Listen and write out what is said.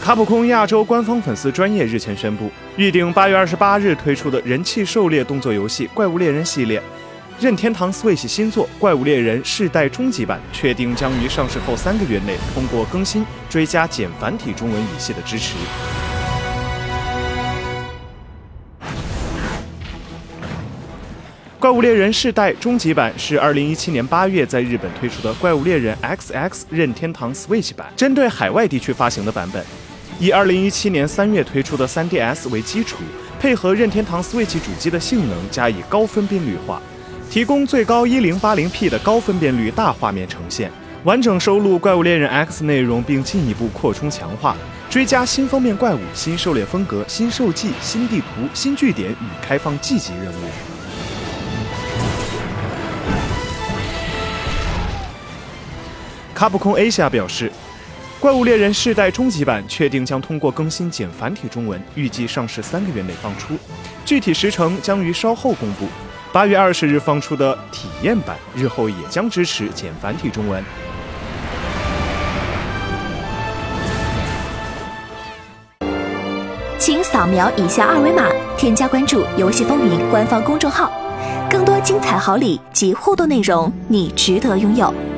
卡普空亚洲官方粉丝专业日前宣布，预定8月28日推出的人气狩猎动作游戏《怪物猎人》系列，任天堂 Switch 新作《怪物猎人世代终极版》确定将于上市后3个月内通过更新追加简繁体中文语系的支持。怪物猎人世代终极版是2017年8月在日本推出的怪物猎人 XX 任天堂 Switch 版，针对海外地区发行的版本，以2017年3月推出的 3DS 为基础，配合任天堂 Switch 主机的性能加以高分辨率化，提供最高 1080p 的高分辨率大画面呈现，完整收录怪物猎人 X 内容，并进一步扩充强化，追加新封面怪物、新狩猎风格、新兽技、新地图、新据点与开放季级任务。卡普空 Asia 表示，怪物猎人世代终极版确定将通过更新简繁体中文，预计上市3个月内放出，具体时程将于稍后公布。8月20日放出的体验版日后也将支持简繁体中文。 请扫描以下2维码，添加关注游戏风云官方公众号，更多精彩好礼及互动内容，你值得拥有。